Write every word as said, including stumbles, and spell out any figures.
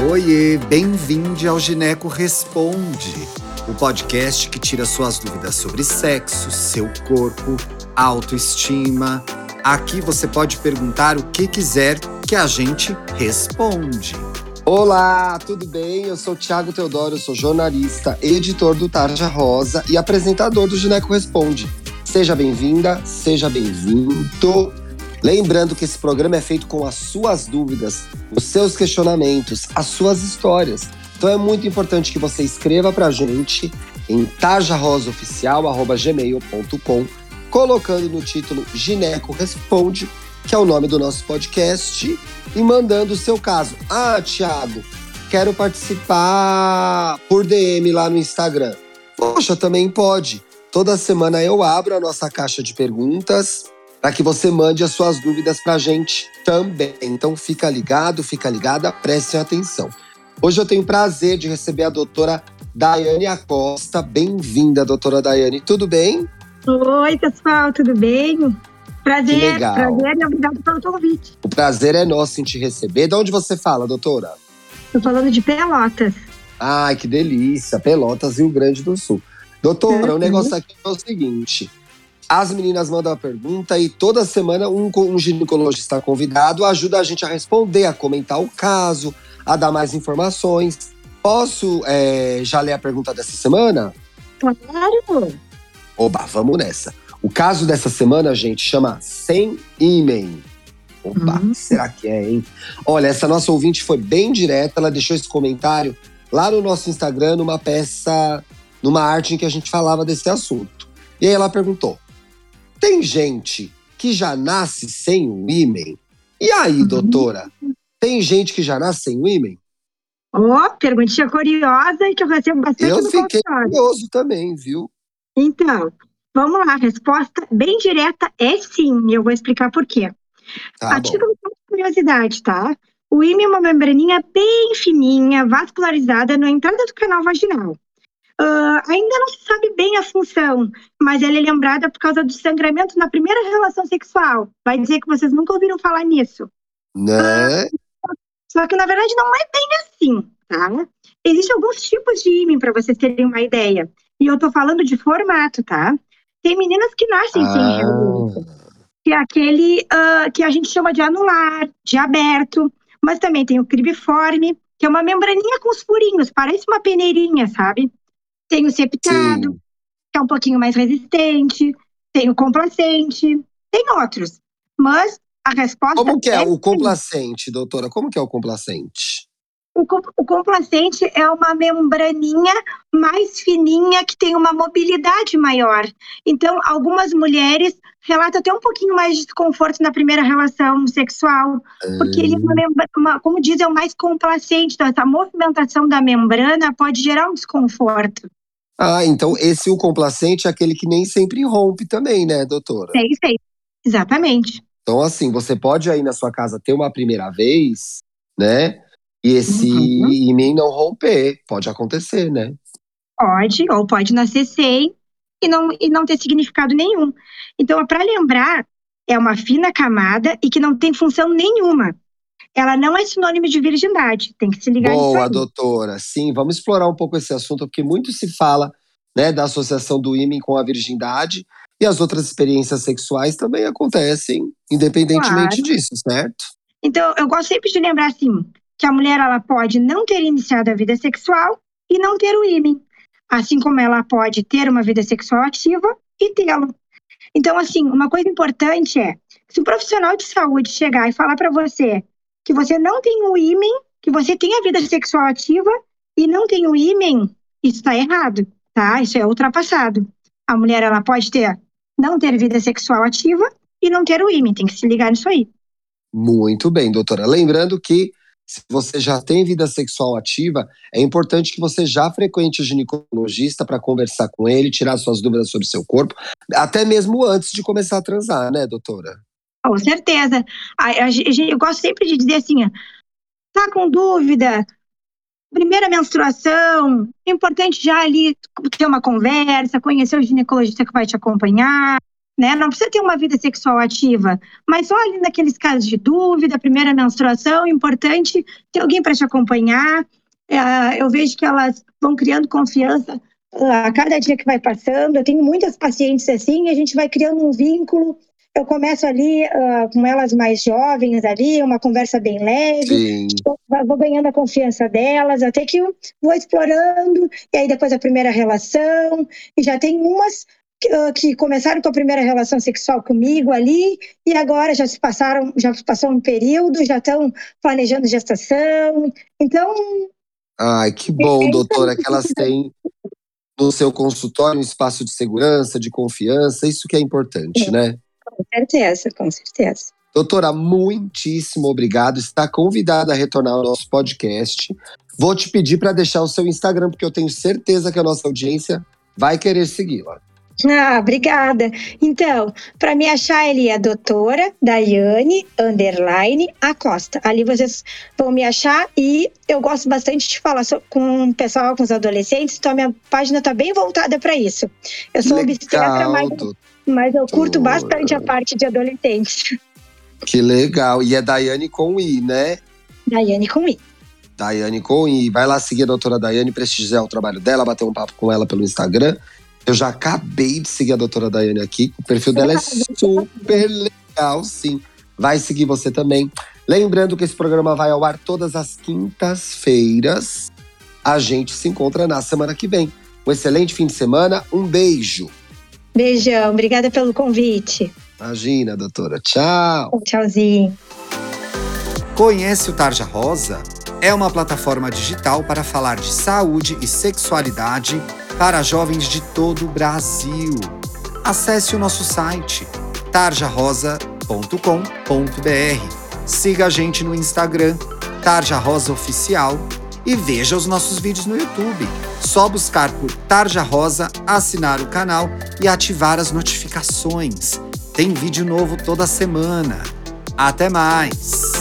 Oiê, bem-vindo ao Gineco Responde, o podcast que tira suas dúvidas sobre sexo, seu corpo, autoestima. Aqui você pode perguntar o que quiser que a gente responde. Olá, tudo bem? Eu sou o Thiago Teodoro, eu sou jornalista, editor do Tarja Rosa e apresentador do Gineco Responde. Seja bem-vinda, seja bem-vindo. Lembrando que esse programa é feito com as suas dúvidas, os seus questionamentos, as suas histórias. Então é muito importante que você escreva pra gente em tarja rosa oficial arroba gmail ponto com, colocando no título Gineco Responde, que é o nome do nosso podcast, e mandando o seu caso. Ah, Thiago, quero participar por D M lá no Instagram. Poxa, também pode. Toda semana eu abro a nossa caixa de perguntas para que você mande as suas dúvidas pra gente também. Então fica ligado, fica ligada, preste atenção. Hoje eu tenho o prazer de receber a doutora Daiane Acosta. Bem-vinda, doutora Daiane. Tudo bem? Oi, pessoal, tudo bem? Prazer, que legal. prazer e obrigado pelo convite. O prazer é nosso em te receber. De onde você fala, doutora? Estou falando de Pelotas. Ai, que delícia. Pelotas, Rio Grande do Sul. Doutora, o negócio aqui é o seguinte. As meninas mandam a pergunta e toda semana um, um ginecologista convidado ajuda a gente a responder, a comentar o caso, a dar mais informações. Posso é, já ler a pergunta dessa semana? Claro! Oba, vamos nessa. O caso dessa semana, gente, chama Sem Ímen. Opa, Uhum. Será que é, hein? Olha, essa nossa ouvinte foi bem direta, ela deixou esse comentário lá no nosso Instagram, numa peça, numa arte em que a gente falava desse assunto. E aí ela perguntou: tem gente que já nasce sem o ímen? E aí, Uhum. doutora? Tem gente que já nasce sem o ímen? Ó, oh, perguntinha curiosa e que eu recebo bastante Eu no fiquei consultório. curioso também, viu? Então, vamos lá, a resposta bem direta é sim, e eu vou explicar por quê. Tá A bom. título de curiosidade, tá? O ímen é uma membraninha bem fininha, vascularizada na entrada do canal vaginal. Uh, ainda não se sabe bem a função, mas ela é lembrada por causa do sangramento na primeira relação sexual. Vai dizer que vocês nunca ouviram falar nisso. Né? Uh, só que, na verdade, não é bem assim, tá? Existem alguns tipos de ímen, para vocês terem uma ideia. E eu tô falando de formato, tá? Tem meninas que nascem Ah. sem gel, que é aquele uh, que a gente chama de anular, de aberto. Mas também tem o cribiforme, que é uma membraninha com os furinhos, parece uma peneirinha, sabe? Tem o septado, Sim. que é um pouquinho mais resistente. Tem o complacente. Tem outros. Mas a resposta Como que é, é o sim. complacente, doutora? Como que é o complacente? O, o complacente é uma membraninha mais fininha que tem uma mobilidade maior. Então, algumas mulheres relatam até um pouquinho mais de desconforto na primeira relação sexual, porque ele é uma, membra- uma, como diz, é o mais complacente. Então, essa movimentação da membrana pode gerar um desconforto. Ah, então esse o complacente é aquele que nem sempre rompe também, né, doutora? Sei, sei. Exatamente. Então, assim, você pode aí na sua casa ter uma primeira vez, né? E esse Uhum. ímen não romper. Pode acontecer, né? Pode, ou pode nascer sem e não, e não ter significado nenhum. Então, para lembrar, é uma fina camada e que não tem função nenhuma. Ela não é sinônimo de virgindade, tem que se ligar nisso Boa, aí. doutora. Sim, vamos explorar um pouco esse assunto, porque muito se fala, né, da associação do ímen com a virgindade, e as outras experiências sexuais também acontecem, independentemente Claro. disso, certo? Então, eu gosto sempre de lembrar, assim, que a mulher ela pode não ter iniciado a vida sexual e não ter o ímen. Assim como ela pode ter uma vida sexual ativa e tê-lo. Então, assim, uma coisa importante é, se um profissional de saúde chegar e falar para você que você não tem o ímen, que você tem a vida sexual ativa e não tem o ímen, isso está errado, tá? Isso é ultrapassado. A mulher, ela pode ter, não ter vida sexual ativa e não ter o ímen, tem que se ligar nisso aí. Muito bem, doutora. Lembrando que se você já tem vida sexual ativa, é importante que você já frequente o ginecologista para conversar com ele, tirar suas dúvidas sobre seu corpo, até mesmo antes de começar a transar, né, doutora? Com certeza. A, a, a, eu gosto sempre de dizer assim, tá com dúvida, primeira menstruação, é importante já ali ter uma conversa, conhecer o ginecologista que vai te acompanhar. né? Não precisa ter uma vida sexual ativa, mas só ali naqueles casos de dúvida, primeira menstruação, importante ter alguém para te acompanhar. É, eu vejo que elas vão criando confiança a cada dia que vai passando. Eu tenho muitas pacientes assim, a gente vai criando um vínculo. Eu começo ali uh, com elas mais jovens ali, uma conversa bem leve. Sim. Vou ganhando a confiança delas, até que eu vou explorando. E aí depois a primeira relação. E já tem umas que, uh, que começaram com a primeira relação sexual comigo ali. E agora já se passaram, já passou um período, já estão planejando gestação. Então... Ai, que bom, doutora, que elas têm no seu consultório um espaço de segurança, de confiança. Isso que é importante, é. né? Com certeza, com certeza. Doutora, muitíssimo obrigado. Está convidada a retornar ao nosso podcast. Vou te pedir para deixar o seu Instagram, porque eu tenho certeza que a nossa audiência vai querer segui-la. Ah, obrigada. Então, para me achar, ele é doutora Daiane underline Acosta. Ali vocês vão me achar e eu gosto bastante de falar com o pessoal, com os adolescentes, então a minha página está bem voltada para isso. Eu sou obstetra, mas, mas eu curto bastante a parte de adolescentes. Que legal. E é Daiane com I, né? Daiane com I. Daiane com I. Vai lá seguir a doutora Daiane, prestigiar o trabalho dela, bater um papo com ela pelo Instagram. Eu já acabei de seguir a doutora Daiane aqui. O perfil dela é super legal, sim. Vai seguir você também. Lembrando que esse programa vai ao ar todas as quintas-feiras. A gente se encontra na semana que vem. Um excelente fim de semana. Um beijo. Beijão. Obrigada pelo convite. Imagina, doutora. Tchau. Tchauzinho. Conhece o Tarja Rosa? É uma plataforma digital para falar de saúde e sexualidade para jovens de todo o Brasil. Acesse o nosso site tarja rosa ponto com ponto br. Siga a gente no Instagram, Tarja Rosa Oficial, e veja os nossos vídeos no YouTube. Só buscar por Tarja Rosa, assinar o canal e ativar as notificações. Tem vídeo novo toda semana. Até mais!